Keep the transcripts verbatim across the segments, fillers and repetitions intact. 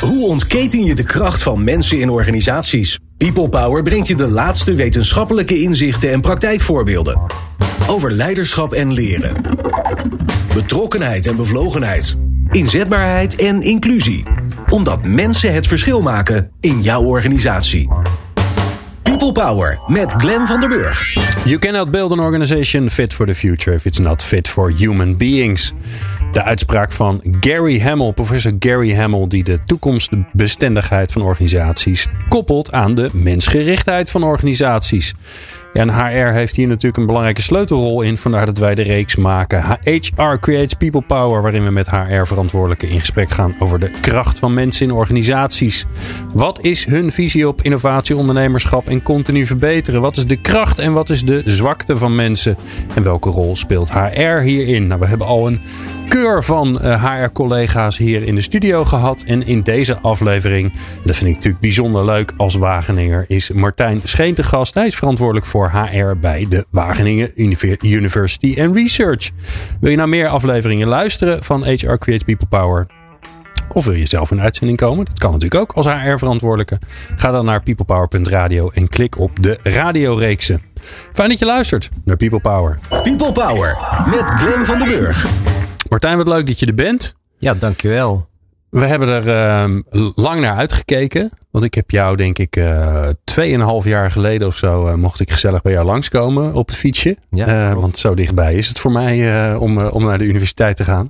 Hoe ontketen je de kracht van mensen in organisaties? People Power brengt je de laatste wetenschappelijke inzichten en praktijkvoorbeelden. Over leiderschap en leren. Betrokkenheid en bevlogenheid. Inzetbaarheid en inclusie. Omdat mensen het verschil maken in jouw organisatie. People Power met Glenn van der Burg. You cannot build an organization fit for the future if it's not fit for human beings. De uitspraak van Gary Hamel, professor Gary Hamel, die de toekomstbestendigheid van organisaties koppelt aan de mensgerichtheid van organisaties. Ja, en H R heeft hier natuurlijk een belangrijke sleutelrol in, vandaar dat wij de reeks maken H R Creates People Power, waarin we met H R-verantwoordelijken in gesprek gaan over de kracht van mensen in organisaties. Wat is hun visie op innovatie, ondernemerschap en continu verbeteren? Wat is de kracht en wat is de zwakte van mensen? En welke rol speelt H R hierin? Nou, we hebben al een keur van uh, H R-collega's hier in de studio gehad. En in deze aflevering, dat vind ik natuurlijk bijzonder leuk als Wageninger, is Martijn Scheen te gast. Hij is verantwoordelijk voor H R bij de Wageningen University and Research. Wil je nou meer afleveringen luisteren van H R Creates People Power? Of wil je zelf in uitzending komen? Dat kan natuurlijk ook als H R-verantwoordelijke. Ga dan naar peoplepower punt radio en klik op de radioreeksen. Fijn dat je luistert naar People Power. People Power met Glenn van der Burg. Martijn, wat leuk dat je er bent. Ja, dankjewel. We hebben er uh, lang naar uitgekeken. Want ik heb jou, denk ik, uh, tweeënhalf jaar geleden of zo, uh, mocht ik gezellig bij jou langskomen op het fietsje. Ja, uh, want zo dichtbij is het voor mij uh, om, uh, om naar de universiteit te gaan.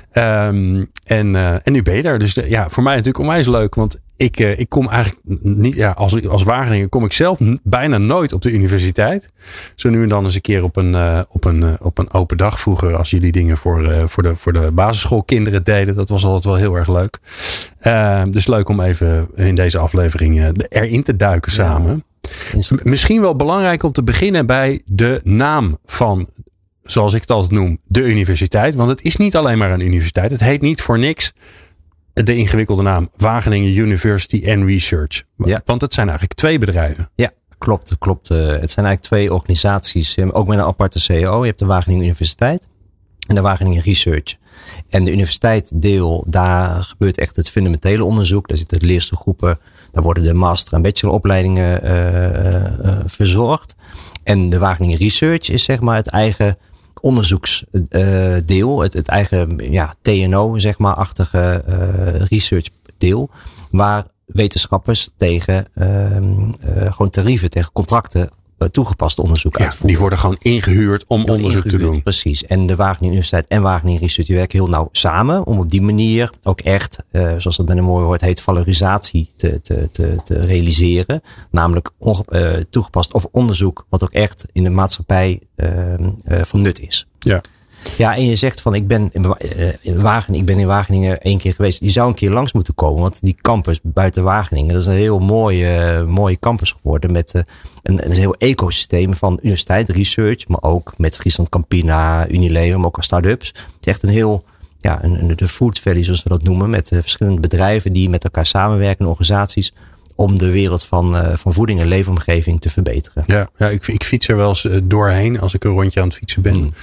Um, en, uh, en nu ben je daar. Dus de, ja, voor mij natuurlijk onwijs leuk. Want ik, uh, ik kom eigenlijk niet, ja, als, als Wageningen kom ik zelf n- bijna nooit op de universiteit. Zo nu en dan eens een keer op een, uh, op een, uh, op een open dag vroeger. Als jullie dingen voor, uh, voor, de, voor de basisschoolkinderen deden. Dat was altijd wel heel erg leuk. Uh, dus leuk om even in deze aflevering uh, erin te duiken samen. Ja. M- misschien wel belangrijk om te beginnen bij de naam van, zoals ik het altijd noem, de universiteit. Want het is niet alleen maar een universiteit. Het heet niet voor niks de ingewikkelde naam Wageningen University and Research. Ja. Want het zijn eigenlijk twee bedrijven. Ja, klopt. klopt. Uh, het zijn eigenlijk twee organisaties, ook met een aparte C E O. Je hebt de Wageningen Universiteit en de Wageningen Research. En de universiteitsdeel, daar gebeurt echt het fundamentele onderzoek. Daar zitten de leerstoelgroepen, daar worden de master- en bacheloropleidingen uh, uh, verzorgd. En de Wageningen Research is zeg maar het eigen onderzoeksdeel, uh, het, het eigen ja, T N O, zeg maar, achtige uh, researchdeel, waar wetenschappers tegen uh, uh, gewoon tarieven, tegen contracten uh, toegepast onderzoek ja, uitvoeren. Die worden gewoon ingehuurd om ja, onderzoek ingehuurd, te doen. Precies. En de Wageningen Universiteit en Wageningen Research die werken heel nauw samen om op die manier ook echt, uh, zoals dat met een mooi woord heet, valorisatie te, te, te, te realiseren. Namelijk onge- uh, toegepast of onderzoek wat ook echt in de maatschappij uh, uh, van nut is. Ja. Ja, en je zegt van ik ben in, uh, in Wageningen, ik ben in Wageningen één keer geweest. Die zou een keer langs moeten komen, want die campus buiten Wageningen, dat is een heel mooie, uh, mooie campus geworden met uh, een, een heel ecosysteem van universiteit, research, maar ook met Friesland Campina, Unilever, maar ook als start-ups. Het is echt een heel, ja, een, de food valley zoals we dat noemen, met uh, verschillende bedrijven die met elkaar samenwerken, organisaties, om de wereld van, uh, van voeding en leefomgeving te verbeteren. Ja, ja ik, ik fiets er wel eens doorheen als ik een rondje aan het fietsen ben. Mm.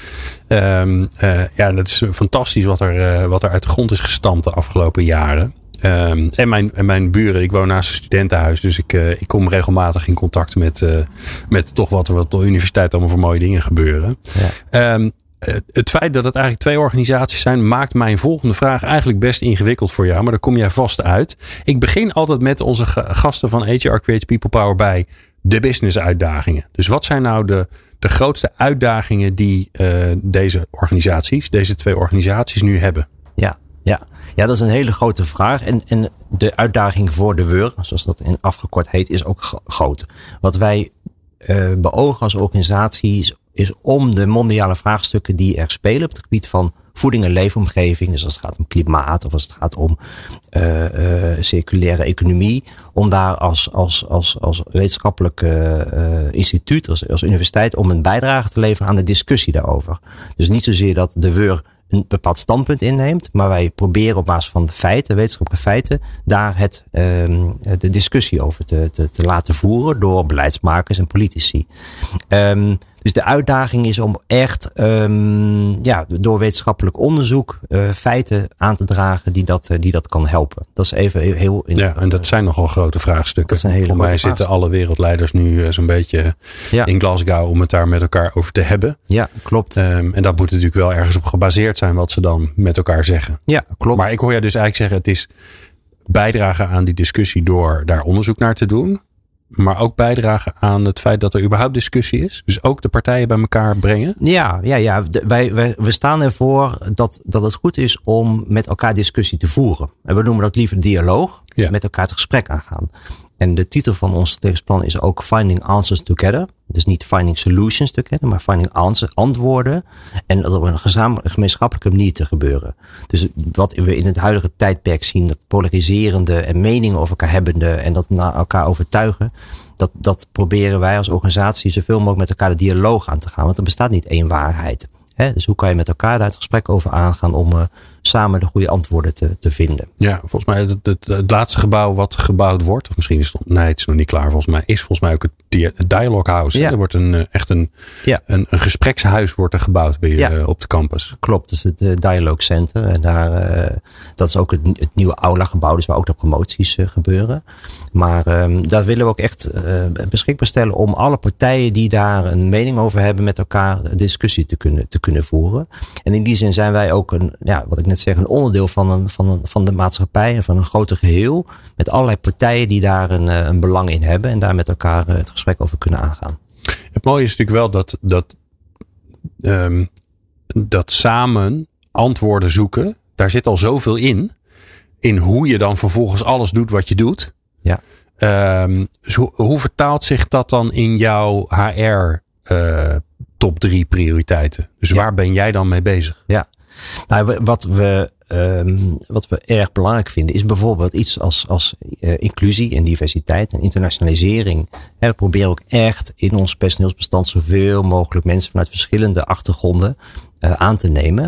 Um, uh, ja, dat is fantastisch wat er, uh, wat er uit de grond is gestampt de afgelopen jaren. Um, en, mijn, en mijn buren, ik woon naast een studentenhuis, dus ik, uh, ik kom regelmatig in contact met, uh, met toch wat er wat op de universiteit allemaal voor mooie dingen gebeuren. Ja. Um, Het feit dat het eigenlijk twee organisaties zijn, maakt mijn volgende vraag eigenlijk best ingewikkeld voor jou. Maar daar kom jij vast uit. Ik begin altijd met onze gasten van H R Creates People Power bij de business uitdagingen. Dus wat zijn nou de, de grootste uitdagingen die uh, deze organisaties, deze twee organisaties nu hebben? Ja, ja. ja, dat is een hele grote vraag. En, en de uitdaging voor de W U R, zoals dat in afgekort heet, is ook g- groot. Wat wij uh, beogen als organisatie is is om de mondiale vraagstukken die er spelen op het gebied van voeding en leefomgeving, dus als het gaat om klimaat of als het gaat om uh, uh, circulaire economie, om daar als, als, als, als wetenschappelijk uh, instituut, als, als universiteit, om een bijdrage te leveren aan de discussie daarover. Dus niet zozeer dat de W U R een bepaald standpunt inneemt, maar wij proberen op basis van de feiten, wetenschappelijke feiten, daar het, um, de discussie over te, te, te laten voeren door beleidsmakers en politici. Um, Dus de uitdaging is om echt um, ja, door wetenschappelijk onderzoek uh, feiten aan te dragen die dat, uh, die dat kan helpen. Dat is even heel... In, ja, en dat zijn nogal grote vraagstukken. Dat zijn hele Voor mij zitten alle wereldleiders nu uh, zo'n beetje ja. in Glasgow om het daar met elkaar over te hebben. Ja, klopt. Um, en dat moet natuurlijk wel ergens op gebaseerd zijn wat ze dan met elkaar zeggen. Ja, klopt. Maar ik hoor jij dus eigenlijk zeggen, het is bijdragen aan die discussie door daar onderzoek naar te doen. Maar ook bijdragen aan het feit dat er überhaupt discussie is. Dus ook de partijen bij elkaar brengen. Ja, ja, ja. Wij, wij, we staan ervoor dat, dat het goed is om met elkaar discussie te voeren. En we noemen dat liever dialoog. Ja. Met elkaar het gesprek aangaan. En de titel van ons strategisch is ook Finding Answers Together. Dus niet Finding Solutions Together, maar Finding Answers, antwoorden. En dat op een gezamenlijke, gemeenschappelijke manier te gebeuren. Dus wat we in het huidige tijdperk zien, dat polariserende en meningen over elkaar hebbende en dat naar elkaar overtuigen. Dat, dat proberen wij als organisatie zoveel mogelijk met elkaar de dialoog aan te gaan. Want er bestaat niet één waarheid. Hè? Dus hoe kan je met elkaar daar het gesprek over aangaan om uh, samen de goede antwoorden te, te vinden. Ja, volgens mij het, het, het laatste gebouw wat gebouwd wordt, of misschien is het, nee, het is nog niet klaar volgens mij, is volgens mij ook het, het Dialogue House. Ja. Er wordt een, echt een, ja. een, een gesprekshuis wordt er gebouwd bij, ja. uh, op de campus. Klopt, dat is het uh, Dialogue Center. En daar, uh, dat is ook het, het nieuwe aula gebouw, dus waar ook de promoties uh, gebeuren. Maar um, daar willen we ook echt uh, beschikbaar stellen om alle partijen die daar een mening over hebben met elkaar een discussie te kunnen, te kunnen voeren. En in die zin zijn wij ook een, ja, wat ik net zeg, een onderdeel van, een, van, een, van de maatschappij en van een groter geheel. Met allerlei partijen die daar een, een belang in hebben en daar met elkaar het gesprek over kunnen aangaan. Het mooie is natuurlijk wel dat, dat, um, dat samen antwoorden zoeken, daar zit al zoveel in. In hoe je dan vervolgens alles doet wat je doet. Ja. Um, dus hoe, hoe vertaalt zich dat dan in jouw H R uh, top drie prioriteiten? Dus ja. Waar ben jij dan mee bezig? Ja, nou, wat we, um, wat we erg belangrijk vinden is bijvoorbeeld iets als, als uh, inclusie en diversiteit en internationalisering. En we proberen ook echt in ons personeelsbestand zoveel mogelijk mensen vanuit verschillende achtergronden uh, aan te nemen.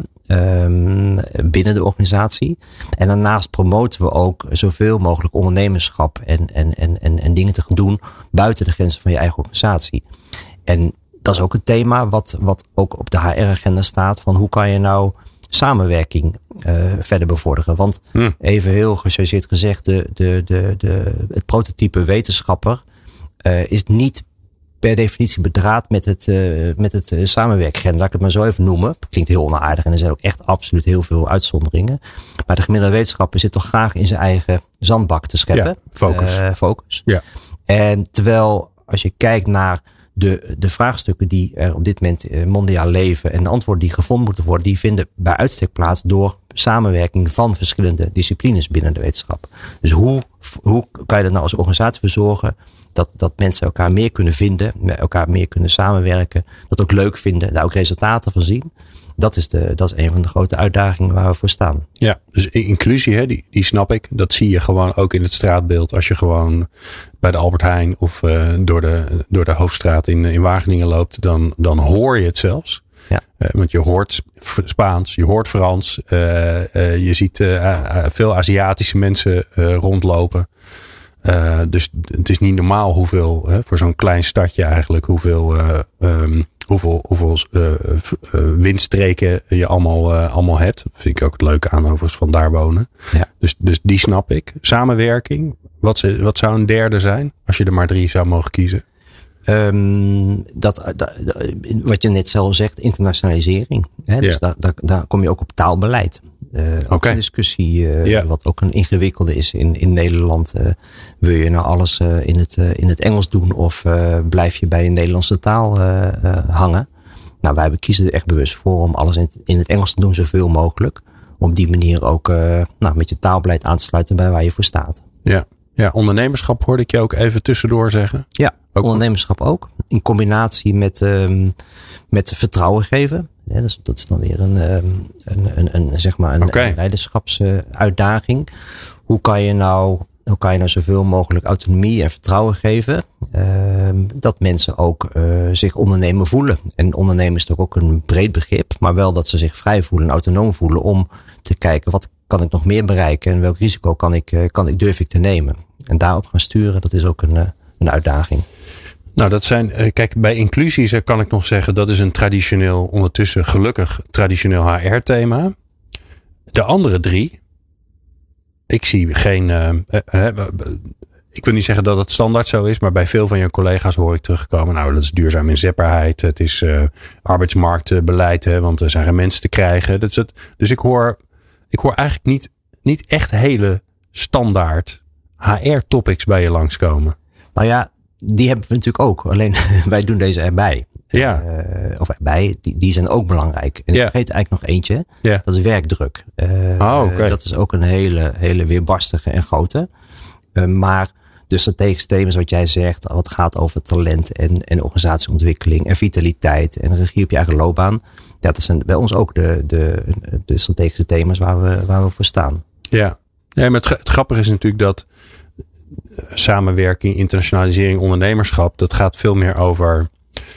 Um, binnen de organisatie. En daarnaast promoten we ook zoveel mogelijk ondernemerschap en, en, en, en, en dingen te gaan doen buiten de grenzen van je eigen organisatie. En dat is ook een thema wat, wat ook op de H R-agenda staat van hoe kan je nou samenwerking uh, verder bevorderen. Want hm. even heel gechargeerd gezegd, de, de, de, de, het prototype wetenschapper uh, is niet per definitie bedraad met het, uh, met het uh, samenwerkagenda. Laat ik het maar zo even noemen. Klinkt heel onaardig en er zijn ook echt absoluut heel veel uitzonderingen. Maar de gemiddelde wetenschapper zit toch graag in zijn eigen zandbak te scheppen. Ja, focus. Uh, focus. Ja. En terwijl als je kijkt naar de, de vraagstukken die er op dit moment uh, mondiaal leven en de antwoorden die gevonden moeten worden, die vinden bij uitstek plaats door samenwerking van verschillende disciplines binnen de wetenschap. Dus hoe, hoe kan je er nou als organisatie voor zorgen dat, dat mensen elkaar meer kunnen vinden, met elkaar meer kunnen samenwerken, dat ook leuk vinden, daar ook resultaten van zien. Dat is, de, dat is een van de grote uitdagingen waar we voor staan. Ja, dus inclusie, hè, die, die snap ik. Dat zie je gewoon ook in het straatbeeld. Als je gewoon bij de Albert Heijn of uh, door, de, door de Hoofdstraat in, in Wageningen loopt, dan, dan hoor je het zelfs. Ja. Uh, want je hoort Spaans, je hoort Frans. Uh, uh, je ziet uh, uh, veel Aziatische mensen uh, rondlopen. Uh, dus het is niet normaal hoeveel, hè, voor zo'n klein stadje eigenlijk, hoeveel, uh, um, hoeveel, hoeveel uh, uh, windstreken je allemaal, uh, allemaal hebt. Dat vind ik ook het leuke aan overigens van daar wonen. Ja. Dus, dus die snap ik. Samenwerking, wat, wat zou een derde zijn als je er maar drie zou mogen kiezen? Um, dat, dat, wat je net zelf zegt, internationalisering. Hè? Dus ja. daar, daar, daar kom je ook op taalbeleid. Uh, ook okay. een discussie uh, ja. wat ook een ingewikkelde is in, in Nederland. Uh, wil je nou alles uh, in, het, uh, in het Engels doen of uh, blijf je bij een Nederlandse taal uh, uh, hangen? Nou, wij kiezen er echt bewust voor om alles in het, in het Engels te doen zoveel mogelijk. Om op die manier ook uh, nou, met je taalbeleid aan te sluiten bij waar je voor staat. Ja. Ja, ondernemerschap hoorde ik je ook even tussendoor zeggen. Ja, ook ondernemerschap ook. In combinatie met, um, met vertrouwen geven. Ja, dus dat is dan weer een, um, een, een, een, zeg maar een, okay. een leiderschapsuitdaging. Hoe kan je nou, hoe kan je nou zoveel mogelijk autonomie en vertrouwen geven? Um, dat mensen ook uh, zich ondernemer voelen. En ondernemen is toch ook een breed begrip. Maar wel dat ze zich vrij voelen en autonoom voelen om te kijken wat kan ik nog meer bereiken en welk risico kan ik, kan ik, durf ik te nemen. En daarop gaan sturen, dat is ook een, een uitdaging. Nou, dat zijn, kijk, bij inclusie kan ik nog zeggen, dat is een traditioneel, ondertussen gelukkig traditioneel H R-thema. De andere drie, ik zie geen, uh, uh, uh, ik wil niet zeggen dat het standaard zo is, maar bij veel van je collega's hoor ik terugkomen. Nou, dat is duurzaam inzetbaarheid, het is uh, arbeidsmarktbeleid, hè, want er zijn geen mensen te krijgen. Dat is het. Dus ik hoor, ik hoor eigenlijk niet, niet echt hele standaard H R-topics bij je langskomen. Nou ja, die hebben we natuurlijk ook. Alleen wij doen deze erbij. Ja. Uh, of erbij, die, die zijn ook belangrijk. En ja. ik vergeet eigenlijk nog eentje. Ja. Dat is werkdruk. Uh, oh, okay. Dat is ook een hele, hele weerbarstige en grote. Uh, maar de strategische thema's wat jij zegt, wat gaat over talent en, en organisatieontwikkeling en vitaliteit en regie op je eigen loopbaan. Ja, dat zijn bij ons ook de, de, de strategische thema's waar we, waar we voor staan. Ja, ja maar het, het grappige is natuurlijk dat samenwerking, internationalisering, ondernemerschap, dat gaat veel meer over,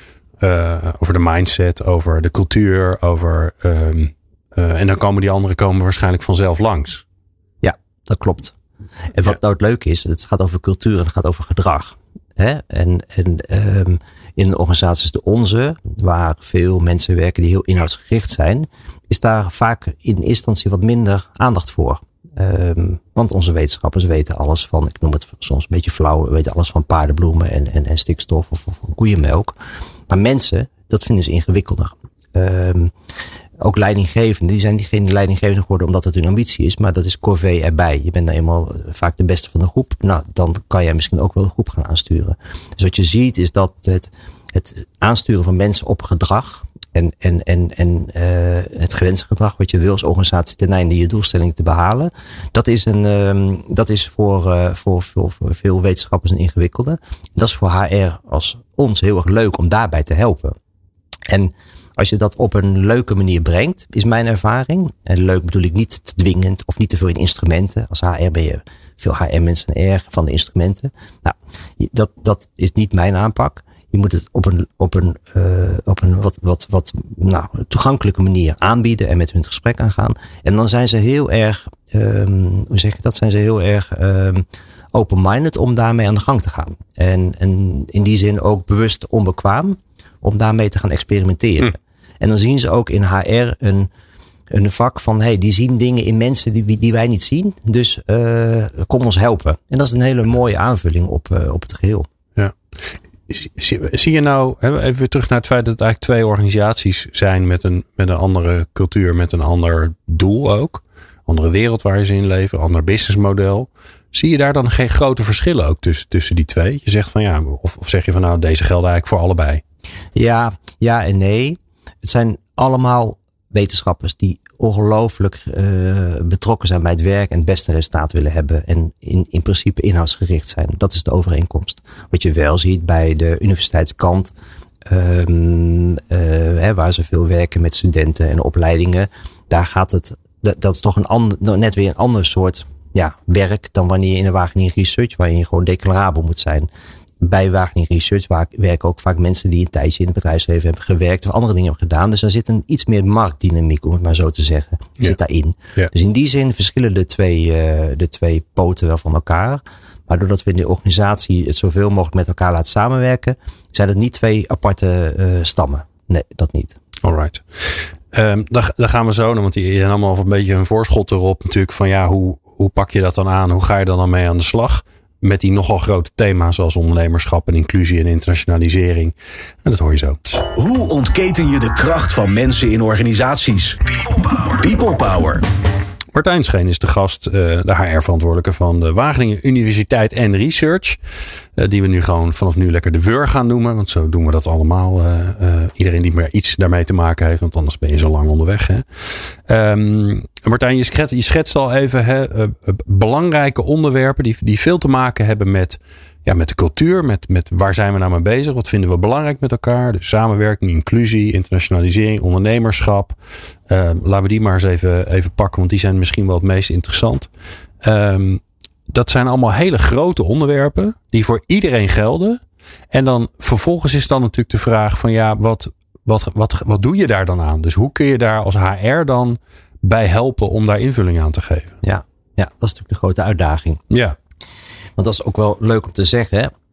uh, over de mindset, over de cultuur, over um, uh, en dan komen die anderen komen waarschijnlijk vanzelf langs. Ja, dat klopt. En wat ja. nou het leuke is, het gaat over cultuur en het gaat over gedrag. Hè? En, en um, in organisaties de onze, waar veel mensen werken die heel inhoudsgericht zijn, is daar vaak in eerste instantie wat minder aandacht voor. Um, want onze wetenschappers weten alles van, ik noem het soms een beetje flauw, weten alles van paardenbloemen en, en, en stikstof of, of koeienmelk. Maar mensen, dat vinden ze ingewikkelder. Um, ook leidinggevenden, die zijn geen leidinggevende geworden omdat het hun ambitie is, maar dat is corvée erbij. Je bent nou eenmaal vaak de beste van de groep. Nou, dan kan jij misschien ook wel de groep gaan aansturen. Dus wat je ziet is dat het, het aansturen van mensen op gedrag en, en, en, en uh, het gewenste gedrag wat je wil als organisatie ten einde je doelstelling te behalen, dat is, een, um, dat is voor, uh, voor, voor, voor veel wetenschappers een ingewikkelde. Dat is voor H R als ons heel erg leuk om daarbij te helpen. En als je dat op een leuke manier brengt, is mijn ervaring. En leuk bedoel ik niet te dwingend of niet te veel in instrumenten. Als H R ben je veel H R-mensen erg van de instrumenten. Nou, dat, dat is niet mijn aanpak. Je moet het op een, op een, uh, op een wat, wat, wat nou, toegankelijke manier aanbieden en met hun het gesprek aangaan. En dan zijn ze heel erg, um, hoe zeg je dat? Zijn ze heel erg um, open-minded om daarmee aan de gang te gaan. En, en in die zin ook bewust onbekwaam om daarmee te gaan experimenteren. Hm. En dan zien ze ook in H R een, een vak van, hey, die zien dingen in mensen die, die wij niet zien. Dus uh, kom ons helpen. En dat is een hele mooie aanvulling op, uh, op het geheel. Ja. Zie, zie je nou, even weer terug naar het feit dat het eigenlijk twee organisaties zijn met een, met een andere cultuur, met een ander doel ook. Andere wereld waar ze in leven, ander businessmodel. Zie je daar dan geen grote verschillen ook tussen, tussen die twee? Je zegt van ja, of, of zeg je van nou, deze gelden eigenlijk voor allebei? Ja, ja en nee. Het zijn allemaal wetenschappers die ongelooflijk uh, betrokken zijn bij het werk en het beste resultaat willen hebben. En in, in principe inhoudsgericht zijn. Dat is de overeenkomst. Wat je wel ziet bij de universiteitskant, um, uh, hè, waar ze veel werken met studenten en opleidingen. Daar gaat het, dat, dat is toch een ander, net weer een ander soort ja, werk dan wanneer je in de Wageningen Research, waarin je gewoon declarabel moet zijn. Bij Wageningen Research werken ook vaak mensen die een tijdje in het bedrijfsleven hebben gewerkt of andere dingen hebben gedaan. Dus daar zit een iets meer marktdynamiek, om het maar zo te zeggen. Die ja. zit daarin. Ja. Dus in die zin verschillen de twee, uh, de twee poten wel van elkaar. Maar doordat we in de organisatie het zoveel mogelijk met elkaar laten samenwerken, zijn het niet twee aparte uh, stammen. Nee, dat niet. Alright. Um, daar, daar gaan we zo naar, want die zijn allemaal een beetje een voorschot erop natuurlijk van ja, hoe, hoe pak je dat dan aan? Hoe ga je dan, dan mee aan de slag? Met die nogal grote thema's zoals ondernemerschap en inclusie en internationalisering. En dat hoor je zo. Hoe ontketen je de kracht van mensen in organisaties? People Power. People Power. Martijn Scheen is de gast, uh, de H R-verantwoordelijke van de Wageningen Universiteit en Research. Uh, die we nu gewoon vanaf nu lekker de W U R gaan noemen. Want zo doen we dat allemaal. Uh, uh, iedereen die maar iets daarmee te maken heeft. Want anders ben je zo lang onderweg. Hè? Um, Martijn, je schetst, je schetst al even hè, uh, uh, belangrijke onderwerpen die, die veel te maken hebben met, ja, met de cultuur. Met, met waar zijn we nou mee bezig? Wat vinden we belangrijk met elkaar? Dus samenwerking, inclusie, internationalisering, ondernemerschap. Uh, laten we die maar eens even, even pakken. Want die zijn misschien wel het meest interessant. Um, dat zijn allemaal hele grote onderwerpen die voor iedereen gelden. En dan vervolgens is dan natuurlijk de vraag van ja, wat, wat, wat, wat doe je daar dan aan? Dus hoe kun je daar als H R dan bij helpen om daar invulling aan te geven? Ja, ja, dat is natuurlijk de grote uitdaging. Ja. Want dat is ook wel leuk om te zeggen.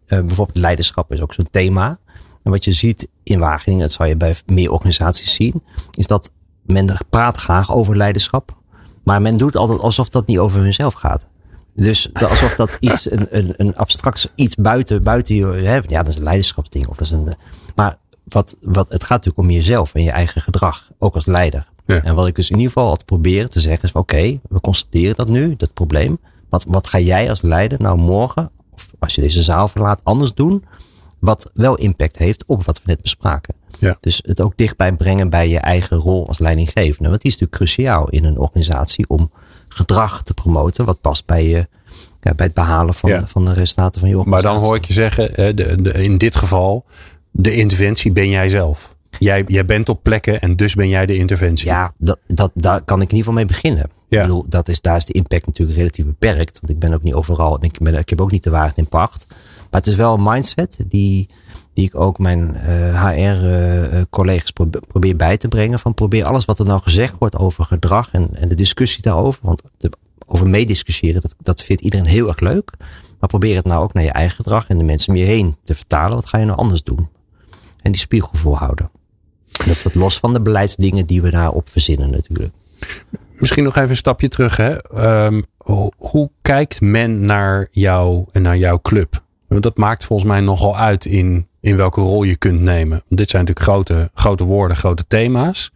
Uh, bijvoorbeeld leiderschap is ook zo'n thema. En wat je ziet in Wageningen, dat zal je bij meer organisaties zien, is dat men praat graag over leiderschap. Maar men doet altijd alsof dat niet over hunzelf gaat. Dus alsof dat iets, een, een, een abstract iets buiten, buiten je, hè, ja, dat is een leiderschapsding. Of dat is een, maar wat, wat, het gaat natuurlijk om jezelf en je eigen gedrag, ook als leider. Ja. En wat ik dus in ieder geval altijd probeer te zeggen is, oké, okay, we constateren dat nu, dat probleem. Wat, wat ga jij als leider nou morgen, of als je deze zaal verlaat, anders doen, wat wel impact heeft op wat we net bespraken. Ja. Dus het ook dichtbij brengen bij je eigen rol als leidinggevende. Want die is natuurlijk cruciaal in een organisatie om gedrag te promoten wat past bij je, ja, bij het behalen van, ja. van de resultaten van je organisatie. Maar dan hoor ik je zeggen, de, de, in dit geval, de interventie ben jij zelf. Jij, jij bent op plekken en dus ben jij de interventie. Ja, dat, dat, daar kan ik in ieder geval mee beginnen. Ja. Ik bedoel, dat is, daar is de impact natuurlijk relatief beperkt. Want ik ben ook niet overal en ik, ben, ik heb ook niet de waarheid in pacht. Maar het is wel een mindset die, die ik ook mijn uh, H R-collega's uh, probeer bij te brengen. Van probeer alles wat er nou gezegd wordt over gedrag en, en de discussie daarover. Want de, over meediscussiëren, dat, dat vindt iedereen heel erg leuk. Maar probeer het nou ook naar je eigen gedrag en de mensen om je heen te vertalen. Wat ga je nou anders doen? En die spiegel voorhouden. Dat is dat los van de beleidsdingen die we daarop verzinnen natuurlijk. Misschien nog even een stapje terug. Hè? Um, hoe, hoe kijkt men naar jou en naar jouw club? Want dat maakt volgens mij nogal uit in, in welke rol je kunt nemen. Want dit zijn natuurlijk grote, grote woorden, grote thema's.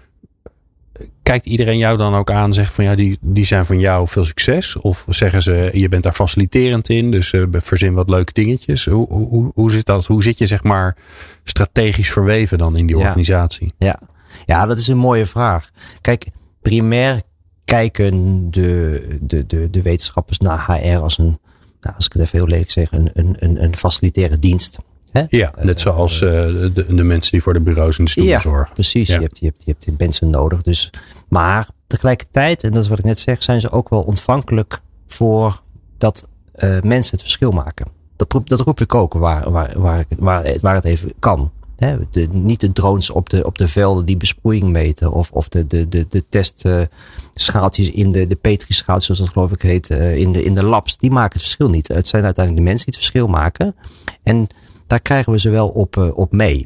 Kijkt iedereen jou dan ook aan en zegt van ja, die, die zijn van jou veel succes? Of zeggen ze, je bent daar faciliterend in, dus uh, verzin wat leuke dingetjes. Hoe, hoe, hoe zit dat? Hoe zit je zeg maar strategisch verweven dan in die organisatie? Ja, ja, dat is een mooie vraag. Kijk, primair kijken de, de, de, de wetenschappers naar H R als een, nou, als ik het even heel lelijk zeg, een, een, een facilitaire dienst. Hè? Ja, net zoals uh, de, de mensen die voor de bureaus in de stoel ja, zorgen. Precies, ja. je, hebt, je, hebt, je hebt mensen nodig. Dus, maar tegelijkertijd, en dat is wat ik net zeg, zijn ze ook wel ontvankelijk voor dat uh, mensen het verschil maken. Dat, dat roep ik ook waar, waar, waar, waar, waar het even kan. He, de, niet de drones op de, op de velden die besproeiing meten. Of, of de, de, de, de testschaaltjes in de, de Petri-schaaltjes, zoals dat geloof ik heet, uh, in, de, in de labs. Die maken het verschil niet. Het zijn uiteindelijk de mensen die het verschil maken. En daar krijgen we ze wel op, uh, op mee.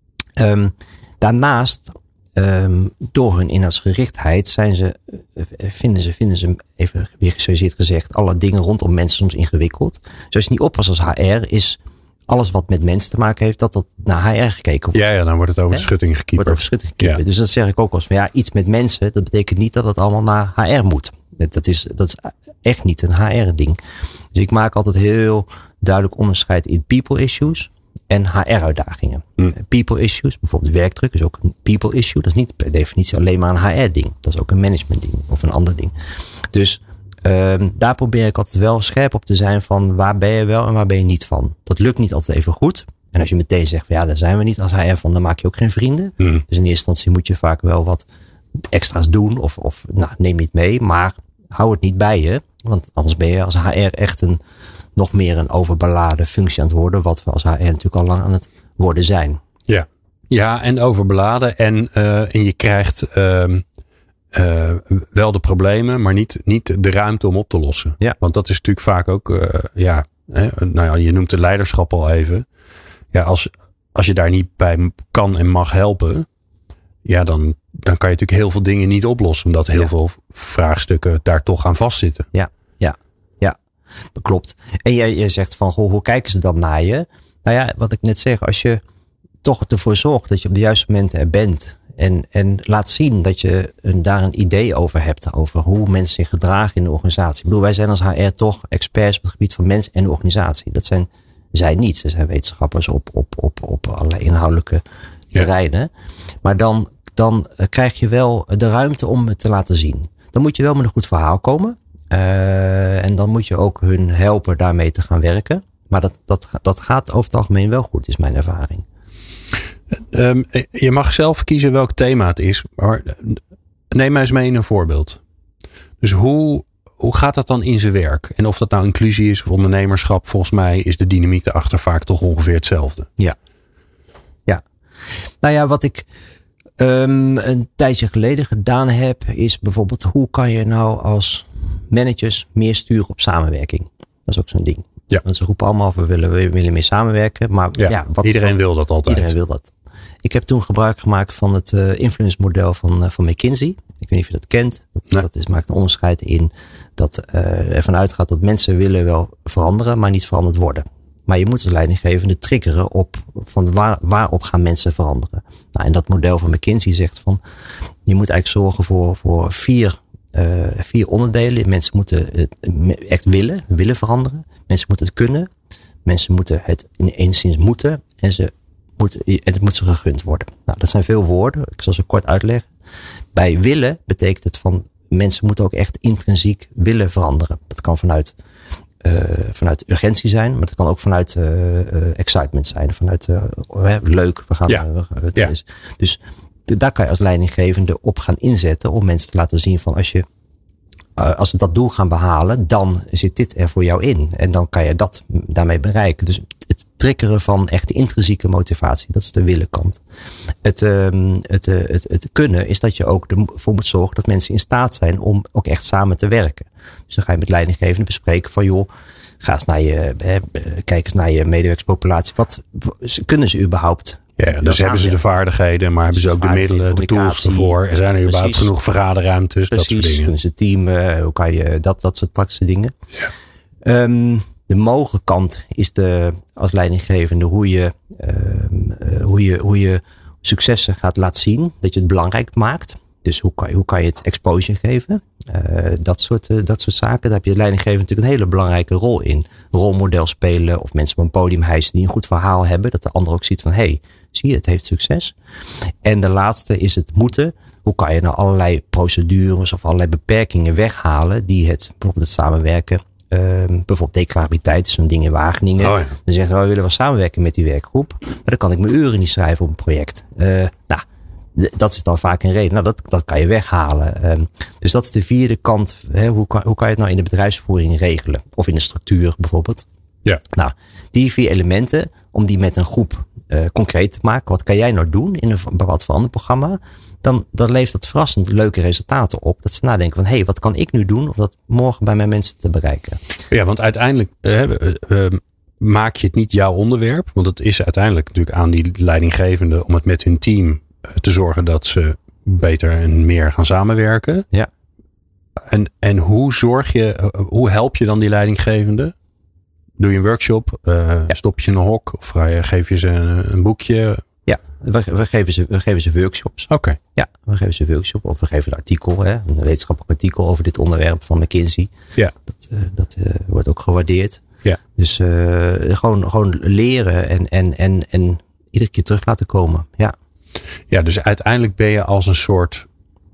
Um, daarnaast, um, door hun inhoudsgerichtheid, zijn ze, uh, vinden ze, vinden ze, even weer gechargeerd gezegd, alle dingen rondom mensen soms ingewikkeld. Dus als je niet oppast als H R, is alles wat met mensen te maken heeft, dat dat naar H R gekeken wordt. Ja, ja, dan wordt het over de schutting gekieperd. Wordt over schutting gekieperd. Ja. Dus dat zeg ik ook als van ja, iets met mensen, dat betekent niet dat het allemaal naar H R moet. Dat is, dat is echt niet een H R-ding. Dus ik maak altijd heel duidelijk onderscheid in people issues en H R-uitdagingen. Hmm. People issues, bijvoorbeeld werkdruk, is ook een people issue. Dat is niet per definitie alleen maar een H R-ding. Dat is ook een management-ding of een ander ding. Dus Um, daar probeer ik altijd wel scherp op te zijn van waar ben je wel en waar ben je niet van. Dat lukt niet altijd even goed. En als je meteen zegt van ja, daar zijn we niet als H R van, dan maak je ook geen vrienden. Mm. Dus in eerste instantie moet je vaak wel wat extra's doen of, of nou, neem niet mee. Maar hou het niet bij je. Want anders ben je als H R echt een nog meer een overbeladen functie aan het worden. Wat we als H R natuurlijk al lang aan het worden zijn. Ja, ja en overbeladen. En, uh, en je krijgt Uh... Uh, wel de problemen, maar niet, niet de ruimte om op te lossen. Ja. Want dat is natuurlijk vaak ook, uh, ja, hè, nou ja, je noemt het leiderschap al even. Ja, als, als je daar niet bij kan en mag helpen, ja, dan, dan kan je natuurlijk heel veel dingen niet oplossen, omdat heel ja. veel vraagstukken daar toch aan vastzitten. Ja, ja, ja, dat klopt. En jij, jij zegt van, goh, hoe kijken ze dan naar je? Nou ja, wat ik net zeg, als je toch ervoor zorgt dat je op de juiste momenten er bent. En, en laat zien dat je een, daar een idee over hebt. Over hoe mensen zich gedragen in de organisatie. Ik bedoel, wij zijn als H R toch experts op het gebied van mensen en organisatie. Dat zijn zij niet. Ze zijn wetenschappers op, op, op, op allerlei inhoudelijke terreinen. Ja. Maar dan, dan krijg je wel de ruimte om het te laten zien. Dan moet je wel met een goed verhaal komen. Uh, en dan moet je ook hun helpen daarmee te gaan werken. Maar dat, dat, dat gaat over het algemeen wel goed, is mijn ervaring. Um, je mag zelf kiezen welk thema het is. Maar neem mij eens mee in een voorbeeld. Dus hoe, hoe gaat dat dan in zijn werk? En of dat nou inclusie is of ondernemerschap. Volgens mij is de dynamiek erachter vaak toch ongeveer hetzelfde. Ja. Ja. Nou ja, wat ik um, een tijdje geleden gedaan heb. Is bijvoorbeeld hoe kan je nou als managers meer sturen op samenwerking. Dat is ook zo'n ding. Ja. Want ze roepen allemaal, we willen, we willen meer samenwerken. Maar ja, ja, wat, iedereen wat, wil dat altijd. Iedereen wil dat. Ik heb toen gebruik gemaakt van het uh, influence model van, uh, van McKinsey. Ik weet niet of je dat kent. Dat, nee. dat is, maakt een onderscheid in dat uh, ervan uitgaat dat mensen willen wel veranderen, maar niet veranderd worden. Maar je moet als leidinggevende triggeren op van waar, waarop gaan mensen veranderen. Nou, en dat model van McKinsey zegt van je moet eigenlijk zorgen voor, voor vier, uh, vier onderdelen. Mensen moeten het echt willen, willen veranderen. Mensen moeten het kunnen. Mensen moeten het in enigszins moeten. En, ze moeten, en het moet ze gegund worden. Nou, dat zijn veel woorden. Ik zal ze kort uitleggen. Bij willen betekent het van mensen moeten ook echt intrinsiek willen veranderen. Dat kan vanuit Uh, vanuit urgentie zijn, maar het kan ook vanuit uh, uh, excitement zijn. Vanuit uh, uh, leuk, we gaan ja. uh, het ja. is. Dus de, daar kan je als leidinggevende op gaan inzetten om mensen te laten zien van als je uh, als we dat doel gaan behalen, dan zit dit er voor jou in. En dan kan je dat daarmee bereiken. Dus het triggeren van echt intrinsieke motivatie, dat is de willenkant. Het, uh, het, uh, het, het kunnen is dat je ook ervoor moet zorgen dat mensen in staat zijn om ook echt samen te werken. Dus dan ga je met leidinggevenden bespreken van joh, ga eens naar je, hè, kijk eens naar je medewerkerspopulatie. Wat kunnen ze überhaupt? Ja, dus hebben ze de vaardigheden, maar hebben ze ook de middelen, de tools ervoor? Er zijn er überhaupt Precies. genoeg vergaderruimtes? Precies, dat soort dingen. Kunnen ze teamen? Hoe kan je dat, dat soort praktische dingen? Ja. Um, de mogen kant is de, als leidinggevende hoe je, um, uh, hoe je, hoe je successen gaat laten zien. Dat je het belangrijk maakt. Dus hoe kan, hoe kan je het exposure geven? Uh, dat, soort, uh, dat soort zaken. Daar heb je leidinggevende natuurlijk een hele belangrijke rol in. Rolmodel spelen of mensen op een podium hijsen die een goed verhaal hebben. Dat de ander ook ziet van hé, hey, zie je, het heeft succes. En de laatste is het moeten. Hoe kan je nou allerlei procedures of allerlei beperkingen weghalen die het, bijvoorbeeld het samenwerken. Uh, bijvoorbeeld declarabiliteit is zo'n ding in Wageningen. Oh ja. Dan zeggen we, we willen wel samenwerken met die werkgroep. Maar dan kan ik mijn uren niet schrijven op een project. Uh, nou, dat is dan vaak een reden. Nou, dat, dat kan je weghalen. Um, dus dat is de vierde kant. Hè, hoe, kan, hoe kan je het nou in de bedrijfsvoering regelen? Of in de structuur bijvoorbeeld. Ja. Nou, die vier elementen, om die met een groep uh, concreet te maken. Wat kan jij nou doen in een bepaald veranderprogramma? Dan, dan levert dat verrassend leuke resultaten op. Dat ze nadenken van, hé, hey, wat kan ik nu doen om dat morgen bij mijn mensen te bereiken? Ja, want uiteindelijk uh, uh, uh, maak je het niet jouw onderwerp. Want het is uiteindelijk natuurlijk aan die leidinggevende om het met hun team te zorgen dat ze beter en meer gaan samenwerken. Ja. En, en hoe zorg je, hoe help je dan die leidinggevende? Doe je een workshop? Uh, ja. Stop je in een hok? Of geef je ze een, een boekje? Ja, we, we, geven ze, we geven ze workshops. Oké. Okay. Ja, we geven ze een workshop. Of we geven een artikel, hè, een wetenschappelijk artikel over dit onderwerp van McKinsey. Ja. Dat, uh, dat uh, wordt ook gewaardeerd. Ja. Dus uh, gewoon, gewoon leren en, en, en, en iedere keer terug laten komen. Ja. Ja, dus uiteindelijk ben je als een soort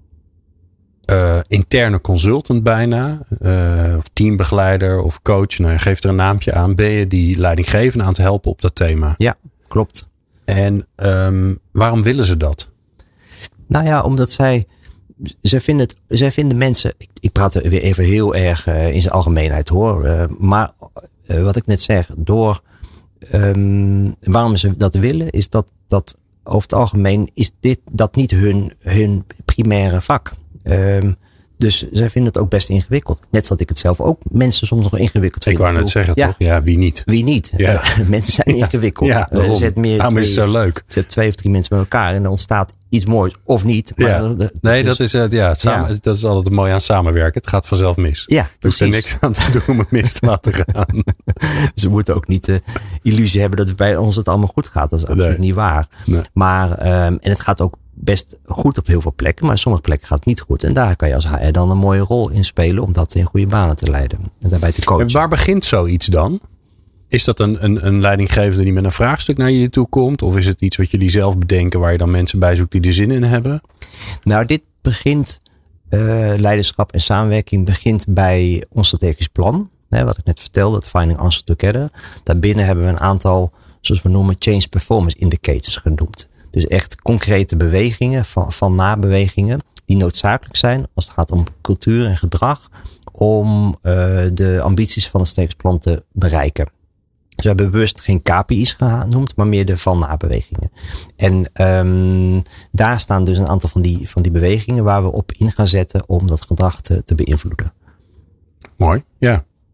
uh, interne consultant bijna. Uh, of teambegeleider of coach. Nou, je geeft er een naampje aan. Ben je die leidinggevende aan te helpen op dat thema? Ja, klopt. En um, waarom willen ze dat? Nou ja, omdat zij... Zij vinden, het, zij vinden mensen... Ik, ik praat er weer even heel erg uh, in zijn algemeenheid hoor. Uh, maar uh, wat ik net zeg. Door... Um, waarom ze dat willen is dat... dat over het algemeen is dit dat niet hun, hun primaire vak. Um, dus zij vinden het ook best ingewikkeld. Net zoals ik het zelf ook mensen soms nog ingewikkeld vind. Ik wou net zeggen ja, toch? Ja, wie niet? Wie niet? Ja. Uh, mensen zijn ingewikkeld. Ja, daarom. Zet meer daarom twee, is het zo leuk. Zet twee of drie mensen bij elkaar en er ontstaat iets moois of niet. Maar ja. dat, dat nee, is, dat is, uh, ja, het samen, ja. dat is altijd het mooie aan samenwerken. Het gaat vanzelf mis. Ja, dus er is niks aan te doen om het mis te laten gaan. Dus we moeten ook niet de illusie hebben dat bij ons het allemaal goed gaat. Dat is absoluut nee. niet waar. Nee. Maar, um, en het gaat ook best goed op heel veel plekken. Maar op sommige plekken gaat het niet goed. En daar kan je als H R dan een mooie rol in spelen. Om dat in goede banen te leiden. En daarbij te coachen. En waar begint zoiets dan? Is dat een, een, een leidinggevende die met een vraagstuk naar jullie toe komt? Of is het iets wat jullie zelf bedenken waar je dan mensen bij zoekt die er zin in hebben? Nou, dit begint, uh, leiderschap en samenwerking begint bij ons strategisch plan. Hè, wat ik net vertelde, het Finding Answers Together. Daarbinnen hebben we een aantal, zoals we noemen, Change Performance Indicators genoemd. Dus echt concrete bewegingen, van, van nabewegingen, die noodzakelijk zijn als het gaat om cultuur en gedrag, om uh, de ambities van het strategisch plan te bereiken. Dus we hebben bewust geen K P I's genoemd, maar meer de van nabewegingen. En um, daar staan dus een aantal van die, van die bewegingen waar we op in gaan zetten om dat gedrag te, te beïnvloeden. Mooi, ja.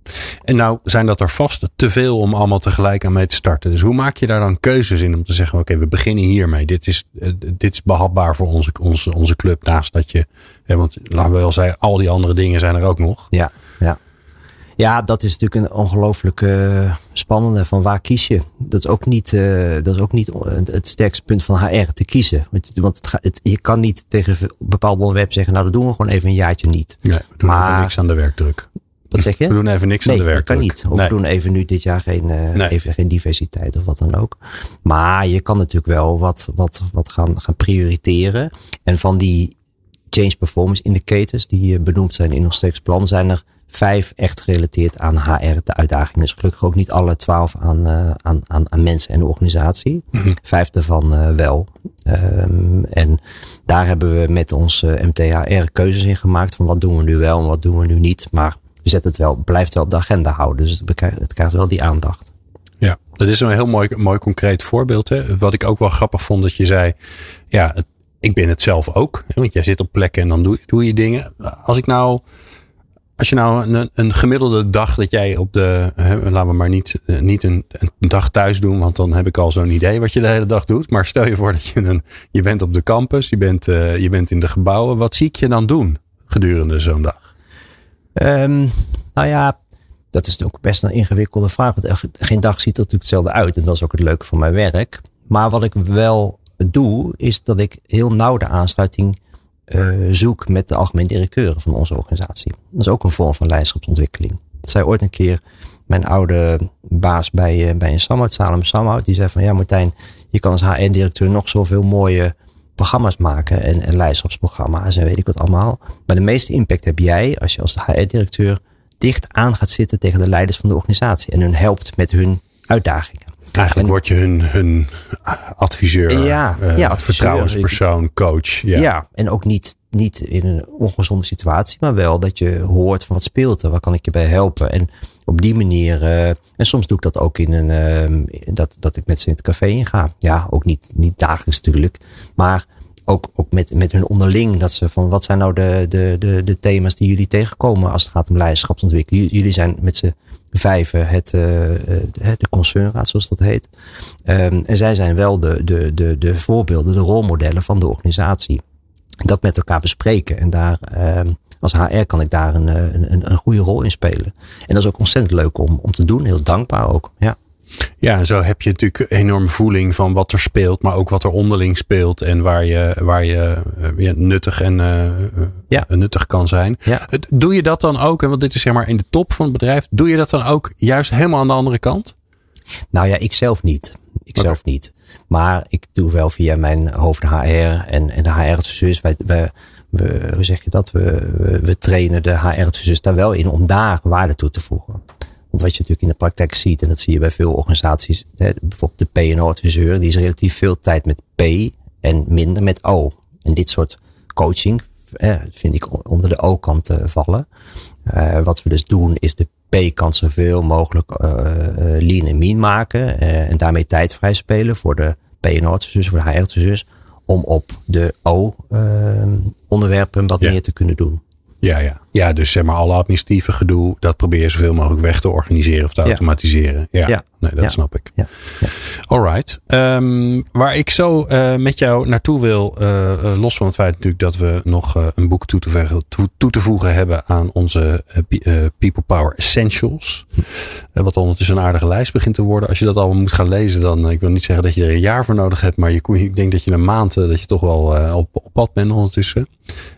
En nou zijn dat er vast te veel om allemaal tegelijk aan mee te starten. Dus hoe maak je daar dan keuzes in om te zeggen, oké, okay, we beginnen hiermee. Dit is, uh, dit is behapbaar voor onze, onze, onze club. Naast dat je, hè, want laten we wel zeggen, al die andere dingen zijn er ook nog. Ja, ja. Ja, dat is natuurlijk een ongelooflijk uh, spannende. Van waar kies je? Dat is ook niet, uh, dat is ook niet het sterkste punt van H R te kiezen. Want, want het, het, je kan niet tegen een bepaald onderwerp zeggen, nou dat doen we gewoon even een jaartje niet. Nee, we doen maar, even niks aan de werkdruk. Wat zeg je? We doen even niks nee, aan de werkdruk. Nee, dat kan niet. Of nee. we doen even nu dit jaar geen, uh, nee. even geen diversiteit of wat dan ook. Maar je kan natuurlijk wel wat, wat, wat gaan, gaan prioriteren. En van die change performance indicators die benoemd zijn in ons strategisch plan, zijn er vijf echt gerelateerd aan H R, de uitdaging. Dus gelukkig ook niet alle twaalf aan, uh, aan, aan, aan mensen en de organisatie. Mm-hmm. Vijf daarvan uh, wel. Um, en daar hebben we met ons uh, M T H R keuzes in gemaakt van wat doen we nu wel en wat doen we nu niet. Maar we zetten het wel, blijft wel op de agenda houden. Dus het krijgt, het krijgt wel die aandacht. Ja, dat is een heel mooi, mooi concreet voorbeeld. Hè? Wat ik ook wel grappig vond dat je zei, ja, het, ik ben het zelf ook. Hè? Want jij zit op plekken en dan doe, doe je dingen. Als ik nou... Als je nou een, een gemiddelde dag dat jij op de, hè, laten we maar niet, niet een, een dag thuis doen, want dan heb ik al zo'n idee wat je de hele dag doet. Maar stel je voor dat je een, je bent op de campus, je bent, uh, je bent in de gebouwen. Wat zie ik je dan doen gedurende zo'n dag? Um, nou ja, dat is ook best een ingewikkelde vraag. Want geen dag ziet er natuurlijk hetzelfde uit. En dat is ook het leuke van mijn werk. Maar wat ik wel doe, is dat ik heel nauw de aansluiting Uh, zoek met de algemeen directeuren van onze organisatie. Dat is ook een vorm van leiderschapsontwikkeling. Dat zei ooit een keer mijn oude baas bij, uh, bij een Samhout, Salem Samhout. Die zei van ja Martijn, je kan als H R-directeur nog zoveel mooie programma's maken en, en leiderschapsprogramma's en weet ik wat allemaal. Maar de meeste impact heb jij als je als H R-directeur dicht aan gaat zitten tegen de leiders van de organisatie en hun helpt met hun uitdagingen. Eigenlijk en, word je hun, hun adviseur, ja, uh, ja, adviseur, vertrouwenspersoon, coach. Ja, ja en ook niet, niet in een ongezonde situatie, maar wel dat je hoort van wat speelt er, waar kan ik je bij helpen. En op die manier, uh, en soms doe ik dat ook in een, uh, dat, dat ik met ze in het café inga. Ja, ook niet, niet dagelijks natuurlijk, maar ook, ook met, met hun onderling. Dat ze van wat zijn nou de, de, de, de thema's die jullie tegenkomen als het gaat om leiderschapsontwikkeling. Jullie zijn met z'n vijven het, uh, de concernraad zoals dat heet. Um, en zij zijn wel de, de, de, de voorbeelden, de rolmodellen van de organisatie. Dat met elkaar bespreken. En daar, um, als H R kan ik daar een, een, een goede rol in spelen. En dat is ook ontzettend leuk om, om te doen. Heel dankbaar ook. Ja. Ja, en zo heb je natuurlijk een enorme voeling van wat er speelt, maar ook wat er onderling speelt en waar je, waar je ja, nuttig en uh, ja. nuttig kan zijn. Ja. Doe je dat dan ook, want dit is zeg maar in de top van het bedrijf, doe je dat dan ook juist helemaal aan de andere kant? Nou ja, ik zelf niet. Ik okay. zelf niet. Maar ik doe wel via mijn hoofd H R en, en de H R-adviseurs. Wij, wij, we, hoe zeg je dat? We, we, we trainen de H R-adviseurs daar wel in om daar waarde toe te voegen. Want wat je natuurlijk in de praktijk ziet, en dat zie je bij veel organisaties, hè, bijvoorbeeld de P en O-adviseur, die is relatief veel tijd met P en minder met O. En dit soort coaching eh, vind ik onder de O-kant uh, vallen. Uh, wat we dus doen is de P-kant zoveel mogelijk uh, lean en mean maken uh, en daarmee tijd vrij spelen voor de P en O-adviseurs, voor de H R-adviseurs, om op de O-onderwerpen uh, wat ja. meer te kunnen doen. Ja, ja. ja, dus zeg maar alle administratieve gedoe, dat probeer je zoveel mogelijk weg te organiseren of te ja. automatiseren. Ja, ja. nee, dat ja. snap ik. Ja. Ja. Alright. Um, waar ik zo uh, met jou naartoe wil, uh, uh, los van het feit natuurlijk dat we nog uh, een boek toe te, voegen, toe, toe te voegen hebben aan onze uh, uh, People Power Essentials. Hm. Uh, wat ondertussen een aardige lijst begint te worden. Als je dat allemaal moet gaan lezen, dan, uh, ik wil niet zeggen dat je er een jaar voor nodig hebt, maar je, ik denk dat je een maand, uh, dat je toch wel uh, op, op pad bent ondertussen.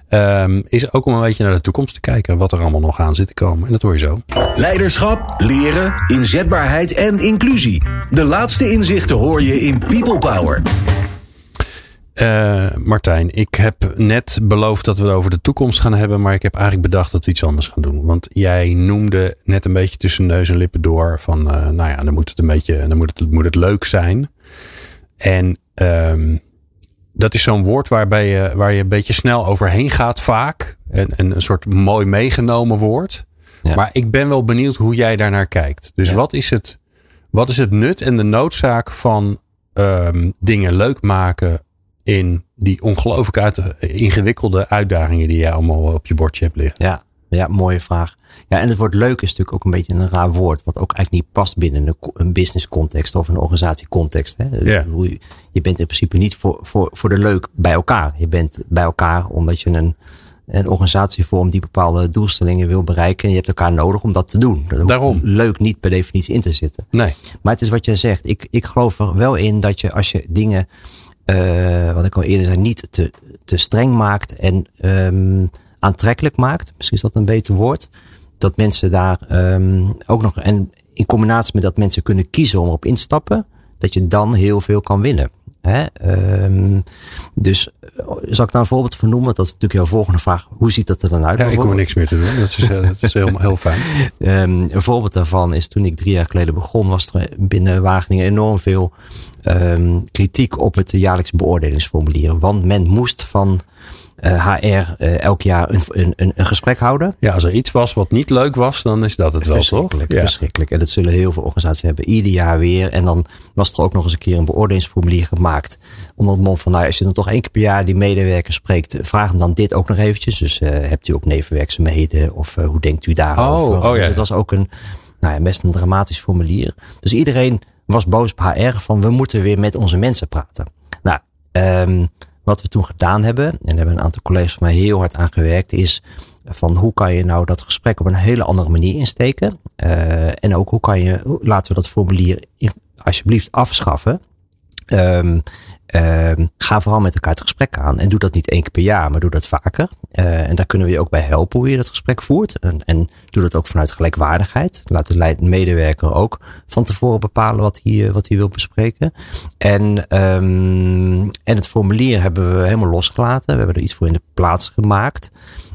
Um, is ook om een beetje naar de toekomst te kijken. Wat er allemaal nog aan zit te komen. En dat hoor je zo. Leiderschap, leren, inzetbaarheid en inclusie. De laatste inzichten hoor je in People Power. Uh, Martijn, ik heb net beloofd dat we het over de toekomst gaan hebben. Maar ik heb eigenlijk bedacht dat we iets anders gaan doen. Want jij noemde net een beetje tussen neus en lippen door. Van uh, nou ja, dan moet het een beetje, dan moet het, moet het leuk zijn. En um, dat is zo'n woord waarbij je, waar je een beetje snel overheen gaat vaak. En, en een soort mooi meegenomen woord. Ja. Maar ik ben wel benieuwd hoe jij daarnaar kijkt. Dus ja. wat, is het, wat is het nut en de noodzaak van um, dingen leuk maken in die ongelooflijk uit, ingewikkelde uitdagingen die jij allemaal op je bordje hebt liggen? Ja, Ja, mooie vraag. Ja, en het woord leuk is natuurlijk ook een beetje een raar woord. Wat ook eigenlijk niet past binnen een, een business context of een organisatiecontext. Hè. Ja. Je, je bent in principe niet voor, voor, voor de leuk bij elkaar. Je bent bij elkaar omdat je een, een organisatie vormt die bepaalde doelstellingen wil bereiken. En je hebt elkaar nodig om dat te doen. Dat Daarom. Leuk niet per definitie in te zitten. Nee. Maar het is wat jij zegt. Ik, ik geloof er wel in dat je als je dingen, uh, wat ik al eerder zei, niet te, te streng maakt en um, aantrekkelijk maakt. Misschien is dat een beter woord. Dat mensen daar um, ook nog, en in combinatie met dat mensen kunnen kiezen om erop in te stappen, dat je dan heel veel kan winnen. Hè? Um, dus zal ik daar een voorbeeld van noemen? Dat is natuurlijk jouw volgende vraag. Hoe ziet dat er dan uit? Ja, ik hoef niks meer te doen. Dat is, dat is heel, heel fijn. Um, een voorbeeld daarvan is toen ik drie jaar geleden begon, was er binnen Wageningen enorm veel um, kritiek op het jaarlijks beoordelingsformulier. Want men moest van Uh, H R uh, elk jaar een, een, een gesprek houden. Ja, als er iets was wat niet leuk was, dan is dat het wel, toch? Verschrikkelijk, ja. verschrikkelijk. En dat zullen heel veel organisaties hebben. Ieder jaar weer. En dan was er ook nog eens een keer een beoordelingsformulier gemaakt. Onder het mond van, nou, als je dan toch één keer per jaar die medewerker spreekt, vraag hem dan dit ook nog eventjes. Dus uh, hebt u ook nevenwerkzaamheden? Of uh, hoe denkt u daarover? Oh, oh, dus ja. het was ook een, nou ja, best een dramatisch formulier. Dus iedereen was boos op H R van, we moeten weer met onze mensen praten. Nou, um, wat we toen gedaan hebben, en daar hebben een aantal collega's van mij heel hard aan gewerkt, is van hoe kan je nou dat gesprek op een hele andere manier insteken. Uh, en ook hoe kan je, laten we dat formulier alsjeblieft afschaffen. Um, um, ga vooral met elkaar het gesprek aan. En doe dat niet één keer per jaar, maar doe dat vaker. Uh, en daar kunnen we je ook bij helpen hoe je dat gesprek voert. En, en doe dat ook vanuit gelijkwaardigheid. Laat de leidende medewerker ook van tevoren bepalen wat hij, wat hij wil bespreken. En, um, en het formulier hebben we helemaal losgelaten. We hebben er iets voor in de plaats gemaakt.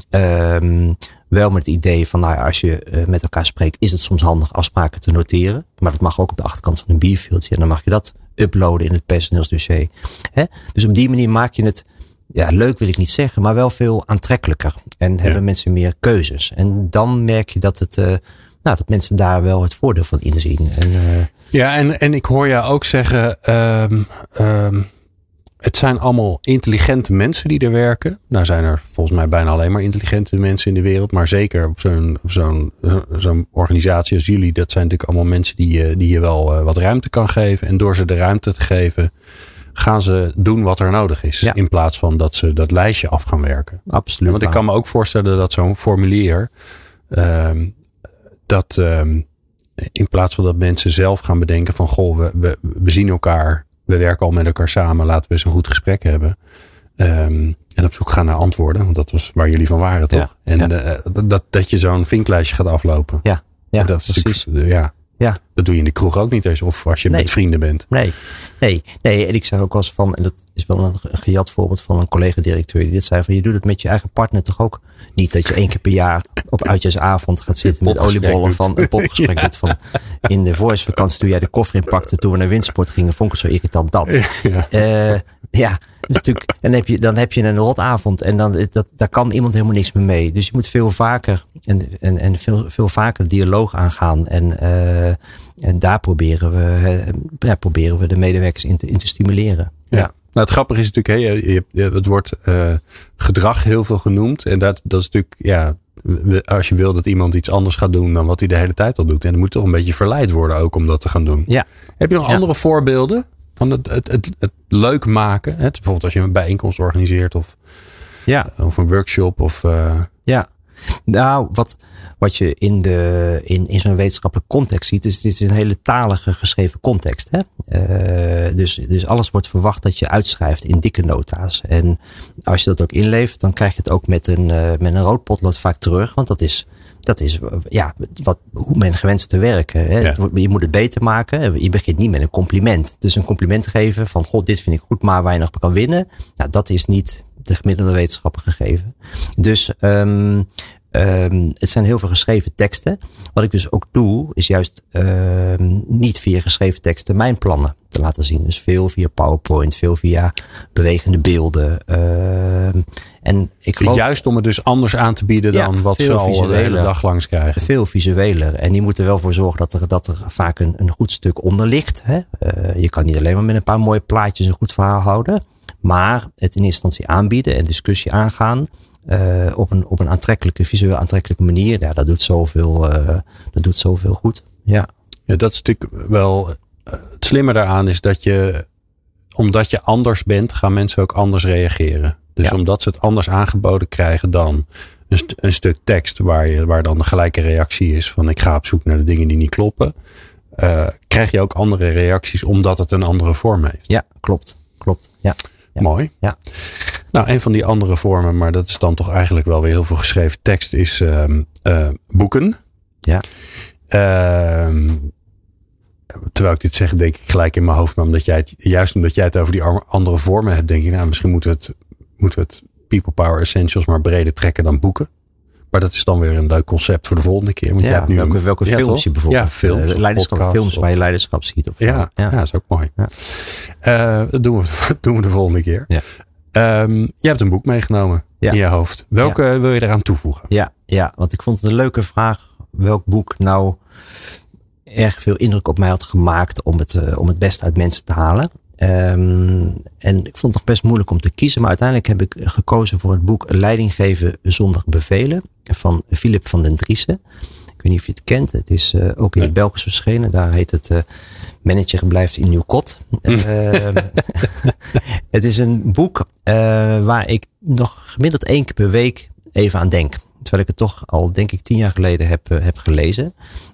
Um, wel met het idee van, nou ja, als je uh, met elkaar spreekt, is het soms handig afspraken te noteren. Maar dat mag ook op de achterkant van een bierveeltje. En dan mag je dat uploaden in het personeelsdossier. Hè? Dus op die manier maak je het, ja, leuk wil ik niet zeggen, maar wel veel aantrekkelijker. En hebben ja. mensen meer keuzes. En dan merk je dat het, uh, nou, dat mensen daar wel het voordeel van inzien. En, uh, ja, en, en ik hoor jou ook zeggen, um, um, het zijn allemaal intelligente mensen die er werken. Nou zijn er volgens mij bijna alleen maar intelligente mensen in de wereld. Maar zeker op zo'n, op zo'n, zo'n organisatie als jullie. Dat zijn natuurlijk allemaal mensen die, die je wel wat ruimte kan geven. En door ze de ruimte te geven, gaan ze doen wat er nodig is. Ja. In plaats van dat ze dat lijstje af gaan werken. Absoluut. Want ik kan me ook voorstellen dat zo'n formulier, um, dat um, in plaats van dat mensen zelf gaan bedenken van, goh, we, we, we zien elkaar. We werken al met elkaar samen. Laten we eens een goed gesprek hebben. Um, en op zoek gaan naar antwoorden. Want dat was waar jullie van waren, toch? Ja, en ja. Uh, dat, dat je zo'n vinklijstje gaat aflopen. Ja, ja dat is precies. Uh, ja. Ja. Dat doe je in de kroeg ook niet eens. Of als je nee. met vrienden bent. Nee, nee, nee. En ik zeg ook wel eens van, en dat is wel een gejat voorbeeld van een collega-directeur die dit zei van, je doet het met je eigen partner toch ook niet dat je één keer per jaar op uitjaarsavond gaat zitten met oliebollen van een popgesprek. Ja. Van in de voorjaarsvakantie toen jij de koffer inpakte toen we naar windsport gingen, vond ik het zo irritant dat. Ja. Uh, ja. Dus natuurlijk, dan heb je, dan heb je een rotavond en dan, dat, daar kan iemand helemaal niks meer mee. Dus je moet veel vaker en, en, en veel, veel vaker dialoog aangaan. En, uh, en daar proberen we, uh, ja, proberen we de medewerkers in te, in te stimuleren. Ja. Ja. Nou, het grappige is natuurlijk, hè, je, je, het wordt uh, gedrag heel veel genoemd. En dat, dat is natuurlijk, ja, als je wil dat iemand iets anders gaat doen dan wat hij de hele tijd al doet. En dan moet toch een beetje verleid worden ook om dat te gaan doen. Ja. Heb je nog ja. andere voorbeelden? Van het, het, het, het leuk maken. Hè? Bijvoorbeeld als je een bijeenkomst organiseert. Of, ja. of een workshop. Of, uh... Ja. Nou, wat, wat je in, de, in, in zo'n wetenschappelijke context ziet. Is, het is een hele talige geschreven context. Hè? Uh, dus, dus alles wordt verwacht dat je uitschrijft in dikke nota's. En als je dat ook inlevert. Dan krijg je het ook met een, uh, met een rood potlood vaak terug. Want dat is... Dat is ja, wat, hoe men gewenst te werken. Hè. Ja. Je moet het beter maken. Je begint niet met een compliment. Dus een compliment geven van, god, dit vind ik goed, maar waar je nog kan winnen. Nou, dat is niet de gemiddelde wetenschapper gegeven. Dus um, um, het zijn heel veel geschreven teksten. Wat ik dus ook doe, is juist um, niet via geschreven teksten mijn plannen te laten zien. Dus veel via PowerPoint, veel via bewegende beelden. Uh, en ik geloof, juist om het dus anders aan te bieden dan ja, wat ze al de hele dag langs krijgen. Veel visueler. En die moeten er wel voor zorgen dat er, dat er vaak een, een goed stuk onder ligt. Hè? Uh, je kan niet alleen maar met een paar mooie plaatjes een goed verhaal houden. Maar het in eerste instantie aanbieden en discussie aangaan. Uh, op, een, op een aantrekkelijke, visueel aantrekkelijke manier. Ja, dat doet zoveel, uh, dat doet zoveel goed. Ja. Ja, dat is natuurlijk wel... Uh, het slimme daaraan is dat je... Omdat je anders bent, gaan mensen ook anders reageren. Dus ja. Omdat ze het anders aangeboden krijgen dan een, st- een stuk tekst... Waar, je, waar dan de gelijke reactie is van... ik ga op zoek naar de dingen die niet kloppen... Uh, krijg je ook andere reacties omdat het een andere vorm heeft. Ja, klopt. klopt. Ja. Ja. Mooi. Ja. Nou, een van die andere vormen, maar dat is dan toch eigenlijk wel weer heel veel geschreven tekst, is uh, uh, boeken. Ja. Uh, terwijl ik dit zeg, denk ik gelijk in mijn hoofd, maar omdat jij het, juist omdat jij het over die andere vormen hebt, denk ik, nou, misschien moeten we het, moeten we het People Power Essentials maar breder trekken dan boeken. Maar dat is dan weer een leuk concept voor de volgende keer. Want ja, jij hebt nu welke, welke ja, films je bijvoorbeeld. Ja, films. Uh, leiderschap, films waar je leiderschap ziet. Of ja, ja. ja, dat is ook mooi. Ja. Uh, dat doen we, doen we de volgende keer. Ja. Um, je hebt een boek meegenomen ja. in je hoofd. Welke ja. wil je eraan toevoegen? Ja, ja, want ik vond het een leuke vraag. Welk boek nou erg veel indruk op mij had gemaakt om het, uh, om het beste uit mensen te halen. Um, en ik vond het nog best moeilijk om te kiezen. Maar uiteindelijk heb ik gekozen voor het boek Leiding geven zonder bevelen. Van Philip van den Driessen. Ik weet niet of je het kent. Het is uh, ook in het Belgisch verschenen. Daar heet het uh, Manager blijft in uw kot. Uh, het is een boek uh, waar ik nog gemiddeld één keer per week even aan denk. Terwijl ik het toch al denk ik tien jaar geleden heb, uh, heb gelezen.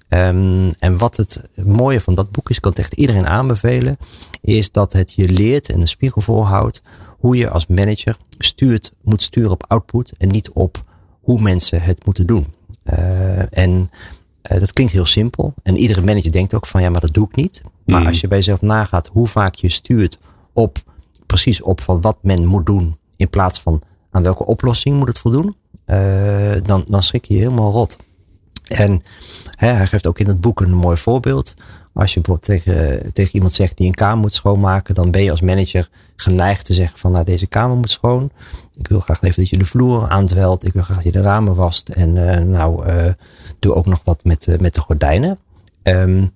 Um, en wat het mooie van dat boek is, ik kan het echt iedereen aanbevelen, is dat het je leert en een spiegel voorhoudt hoe je als manager stuurt, moet sturen op output en niet op hoe mensen het moeten doen. Uh, en uh, dat klinkt heel simpel. En iedere manager denkt ook van ja, maar dat doe ik niet. Maar mm. als je bij jezelf nagaat hoe vaak je stuurt op, precies op van wat men moet doen, in plaats van aan welke oplossing moet het voldoen, uh, dan, dan schrik je je helemaal rot. En hè, hij geeft ook in het boek een mooi voorbeeld. Als je bijvoorbeeld tegen, tegen iemand zegt die een kamer moet schoonmaken, dan ben je als manager geneigd te zeggen van nou, deze kamer moet schoon. Ik wil graag even dat je de vloer aandwelt. Ik wil graag dat je de ramen wast. En uh, nou, uh, doe ook nog wat met, uh, met de gordijnen. Um,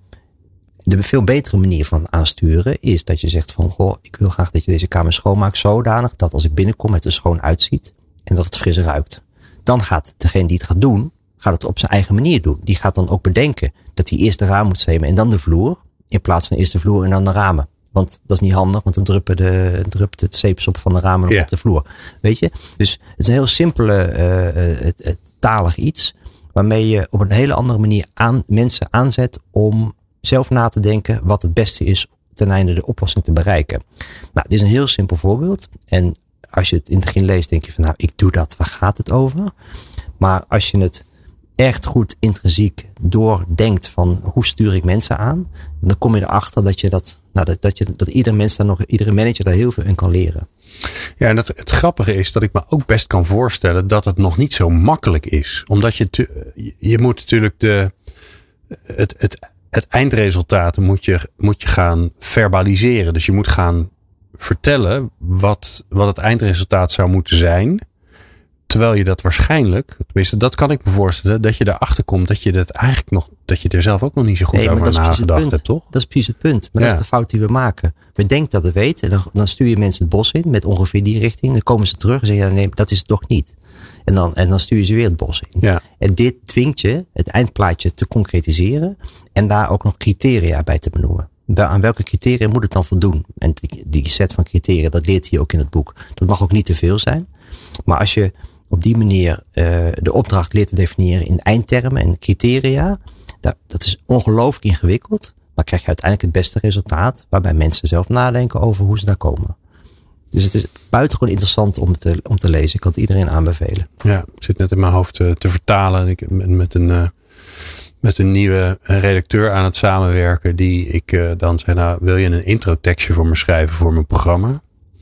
de veel betere manier van aansturen is dat je zegt van goh, ik wil graag dat je deze kamer schoonmaakt zodanig dat als ik binnenkom het er schoon uitziet en dat het fris ruikt. Dan gaat degene die het gaat doen, gaat het op zijn eigen manier doen. Die gaat dan ook bedenken dat hij eerst de raam moet zemen en dan de vloer. In plaats van eerst de vloer en dan de ramen. Want dat is niet handig, want dan druppen de, drupt het zeepsop van de ramen yeah. op de vloer. Weet je? Dus het is een heel simpele, uh, het, het talig iets. Waarmee je op een hele andere manier aan, mensen aanzet om zelf na te denken wat het beste is ten einde de oplossing te bereiken. Nou, dit is een heel simpel voorbeeld. En als je het in het begin leest, denk je van nou, ik doe dat, waar gaat het over? Maar als je het echt goed intrinsiek doordenkt van hoe stuur ik mensen aan, dan kom je erachter dat je dat, nou, dat, dat, je, dat ieder mens daar nog, iedere manager daar heel veel in kan leren. Ja, en het, het grappige is dat ik me ook best kan voorstellen dat het nog niet zo makkelijk is. Omdat je, te, je moet natuurlijk de, het, het, het eindresultaat moet je, moet je gaan verbaliseren. Dus je moet gaan vertellen wat, wat het eindresultaat zou moeten zijn. Terwijl je dat waarschijnlijk, tenminste dat kan ik me voorstellen, dat je erachter komt dat je dat eigenlijk nog, dat je er zelf ook nog niet zo goed nee, over nagedacht hebt, toch? Dat is precies het punt. Maar ja. dat is de fout die we maken. We denken dat we weten en dan, dan stuur je mensen het bos in met ongeveer die richting. Dan komen ze terug en zeggen ja, nee, dat is het toch niet. En dan, en dan stuur je ze weer het bos in. Ja. En dit dwingt je het eindplaatje te concretiseren en daar ook nog criteria bij te benoemen. Aan welke criteria moet het dan voldoen? En die, die set van criteria, dat leert hij ook in het boek. Dat mag ook niet te veel zijn. Maar als je op die manier uh, de opdracht leert te definiëren in eindtermen en criteria, dat, dat is ongelooflijk ingewikkeld. Maar krijg je uiteindelijk het beste resultaat, waarbij mensen zelf nadenken over hoe ze daar komen. Dus het is buitengewoon interessant om te, om te lezen. Ik kan het iedereen aanbevelen. Ja, ik zit net in mijn hoofd te, te vertalen. Ik met een, uh, met een nieuwe redacteur aan het samenwerken, die ik uh, dan zei, nou, wil je een introtekstje voor me schrijven voor mijn programma?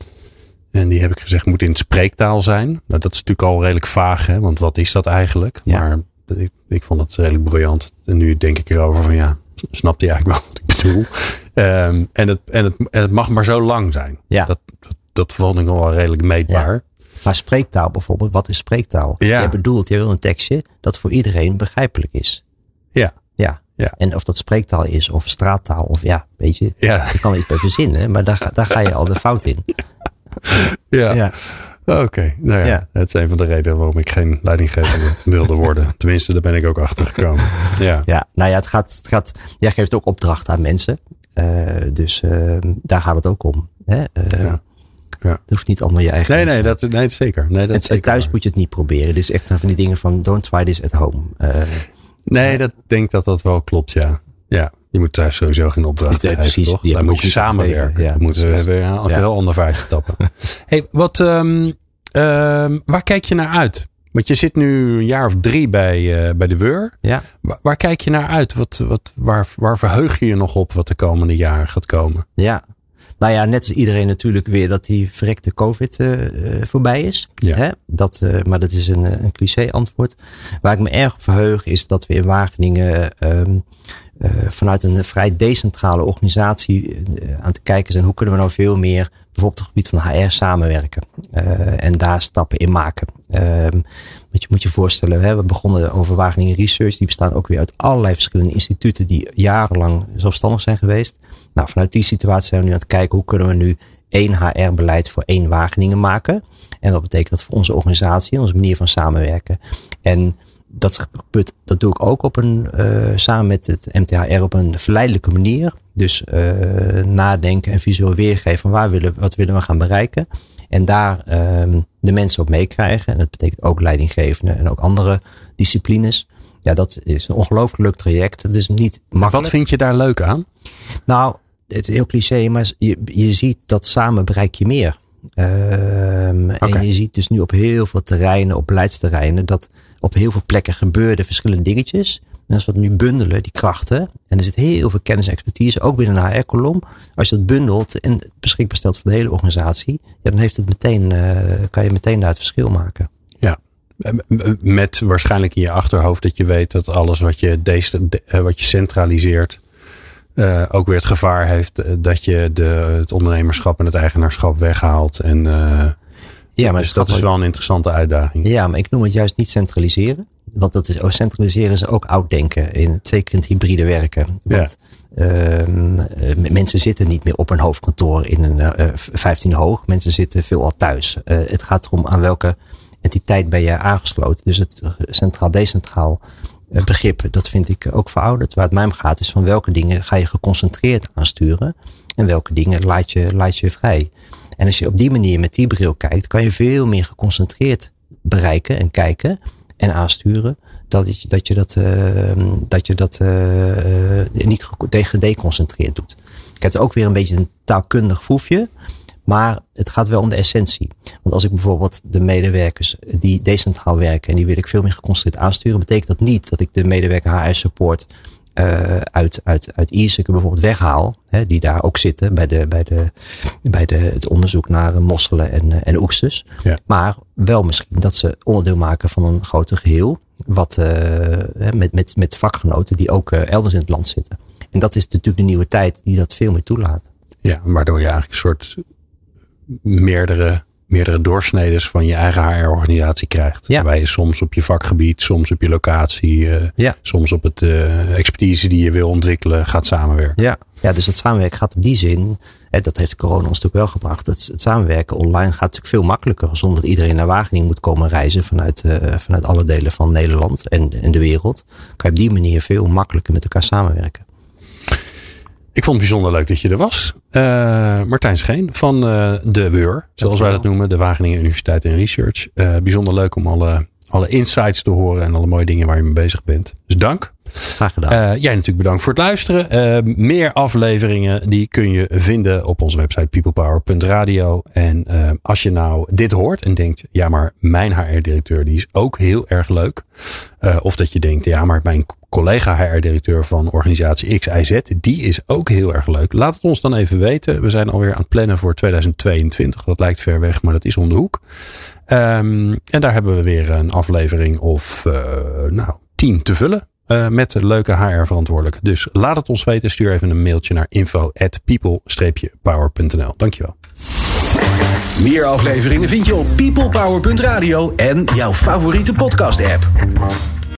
En die heb ik gezegd, moet in het spreektaal zijn. Nou, dat is natuurlijk al redelijk vaag, hè? Want wat is dat eigenlijk? Ja. Maar ik, ik vond het redelijk briljant. En nu denk ik erover van, ja, snapt hij eigenlijk wel wat ik bedoel? um, en, het, en, het, en het mag maar zo lang zijn. Ja. Dat, dat, dat vond ik nog wel redelijk meetbaar. Ja. Maar spreektaal bijvoorbeeld, wat is spreektaal? Ja. Je bedoelt, je wil een tekstje dat voor iedereen begrijpelijk is. Ja. Ja. Ja. En of dat spreektaal is of straattaal of ja, weet je. Ja. Je kan er iets bij verzinnen, maar daar, daar ga je al de fout in. Ja. Ja. Oké, okay. nou ja, ja, het is een van de redenen waarom ik geen leidinggever wilde worden. Tenminste, daar ben ik ook achter gekomen. Ja, ja nou ja, het gaat, het gaat, jij geeft ook opdrachten aan mensen. Uh, dus uh, daar gaat het ook om. Hè? Uh, ja. Ja. Het hoeft niet allemaal je eigen. Nee, nee, dat, nee zeker. Nee, dat en, zeker thuis waar. moet je het niet proberen. Dit is echt een van die dingen van don't try this at home. Uh, nee, ja. dat denk dat dat wel klopt, ja. Ja, je moet thuis sowieso geen opdracht geven, precies, toch? Dan moet je samenwerken. Ja, dan moeten we weer een ja. heel ander vaartje tappen. Hey, wat, um, um, waar kijk je naar uit? Want je zit nu een jaar of drie bij, uh, bij de W E R. Ja. Waar, waar kijk je naar uit? Wat, wat, waar, waar verheug je je nog op wat de komende jaren gaat komen? Ja, nou ja, net als iedereen natuurlijk weer dat die verrekte COVID uh, voorbij is. Ja. Hè? Dat, uh, maar dat is een, een cliché antwoord. Waar ik me erg op verheug is dat we in Wageningen um, uh, vanuit een vrij decentrale organisatie uh, aan te kijken zijn. Hoe kunnen we nou veel meer bijvoorbeeld op het gebied van H R samenwerken. Uh, en daar stappen in maken. Um, moet je moet je voorstellen, hè, we begonnen over Wageningen Research. Die bestaan ook weer uit allerlei verschillende instituten die jarenlang zelfstandig zijn geweest. Nou, vanuit die situatie zijn we nu aan het kijken hoe kunnen we nu één H R-beleid voor één Wageningen maken. En wat betekent dat voor onze organisatie en onze manier van samenwerken. En dat, dat doe ik ook op een, uh, samen met het M T H R op een verleidelijke manier. Dus uh, nadenken en visueel weergeven van waar willen, wat willen we gaan bereiken. En daar um, de mensen op meekrijgen. En dat betekent ook leidinggevenden en ook andere disciplines. Ja, dat is een ongelooflijk leuk traject. Het is niet makkelijk. Wat vind je daar leuk aan? Nou, het is heel cliché, maar je, je ziet dat samen bereik je meer. Um, okay. En je ziet dus nu op heel veel terreinen, op beleidsterreinen, dat op heel veel plekken gebeurden verschillende dingetjes. En als we het nu bundelen, die krachten, en er zit heel veel kennis en expertise, ook binnen een H R-kolom. Als je dat bundelt en beschikbaar stelt voor de hele organisatie, ja, dan heeft het meteen, uh, kan je meteen daar het verschil maken. Ja, met waarschijnlijk in je achterhoofd dat je weet dat alles wat je, de, wat je centraliseert, Uh, ook weer het gevaar heeft dat je de, het ondernemerschap en het eigenaarschap weghaalt. En, uh, ja, maar dus dat is wel een interessante uitdaging. Ja, maar ik noem het juist niet centraliseren. Want dat is, oh, centraliseren is ook oud denken. In, zeker in het hybride werken. Want ja. uh, mensen zitten niet meer op een hoofdkantoor in een uh, vijftien hoog. Mensen zitten veelal thuis. Uh, het gaat erom aan welke entiteit ben je aangesloten. Dus het centraal-decentraal begrip, dat vind ik ook verouderd. Waar het mij om gaat is van welke dingen ga je geconcentreerd aansturen en welke dingen laat je, laat je vrij. En als je op die manier met die bril kijkt, kan je veel meer geconcentreerd bereiken en kijken en aansturen dat je dat, je dat, uh, dat, je dat uh, niet gedeconcentreerd doet. Ik heb ook weer een beetje een taalkundig foefje. Maar het gaat wel om de essentie. Want als ik bijvoorbeeld de medewerkers die decentraal werken en die wil ik veel meer geconcentreerd aansturen, betekent dat niet dat ik de medewerker H R support uh, uit, uit, uit Ierseke bijvoorbeeld weghaal. Hè, die daar ook zitten bij, de, bij, de, bij de, het onderzoek naar mosselen en, en oesters. Ja. Maar wel misschien dat ze onderdeel maken van een groter geheel. Wat, uh, met, met, met vakgenoten die ook uh, elders in het land zitten. En dat is natuurlijk de nieuwe tijd die dat veel meer toelaat. Ja, waardoor je eigenlijk een soort meerdere, meerdere doorsneders van je eigen H R-organisatie krijgt. Ja. Waarbij je soms op je vakgebied, soms op je locatie, uh, ja. soms op het uh, expertise die je wil ontwikkelen gaat samenwerken. Ja, ja, dus het samenwerken gaat op die zin, hè, dat heeft corona ons natuurlijk wel gebracht. Het, het samenwerken online gaat natuurlijk veel makkelijker. Zonder dat iedereen naar Wageningen moet komen reizen vanuit, uh, vanuit alle delen van Nederland en, en de wereld. Kan je op die manier veel makkelijker met elkaar samenwerken. Ik vond het bijzonder leuk dat je er was. Uh, Martijn Scheen van uh, de W E R, zoals wij dat noemen. De Wageningen Universiteit en Research. Uh, bijzonder leuk om alle, alle insights te horen en alle mooie dingen waar je mee bezig bent. Dus dank. Graag gedaan. Uh, jij natuurlijk bedankt voor het luisteren. Uh, meer afleveringen die kun je vinden op onze website peoplepower punt radio. En uh, als je nou dit hoort en denkt, ja maar mijn H R-directeur die is ook heel erg leuk. Uh, of dat je denkt, ja maar mijn collega H R-directeur van organisatie X Y Z, die is ook heel erg leuk. Laat het ons dan even weten. We zijn alweer aan het plannen voor tweeduizend tweeëntwintig. Dat lijkt ver weg, maar dat is om de hoek. Um, en daar hebben we weer een aflevering of uh, nou tien te vullen. Uh, met leuke H R-verantwoordelijken. Dus laat het ons weten. Stuur even een mailtje naar info at people power punt n l. Dankjewel. Meer afleveringen vind je op people power punt radio en jouw favoriete podcast app.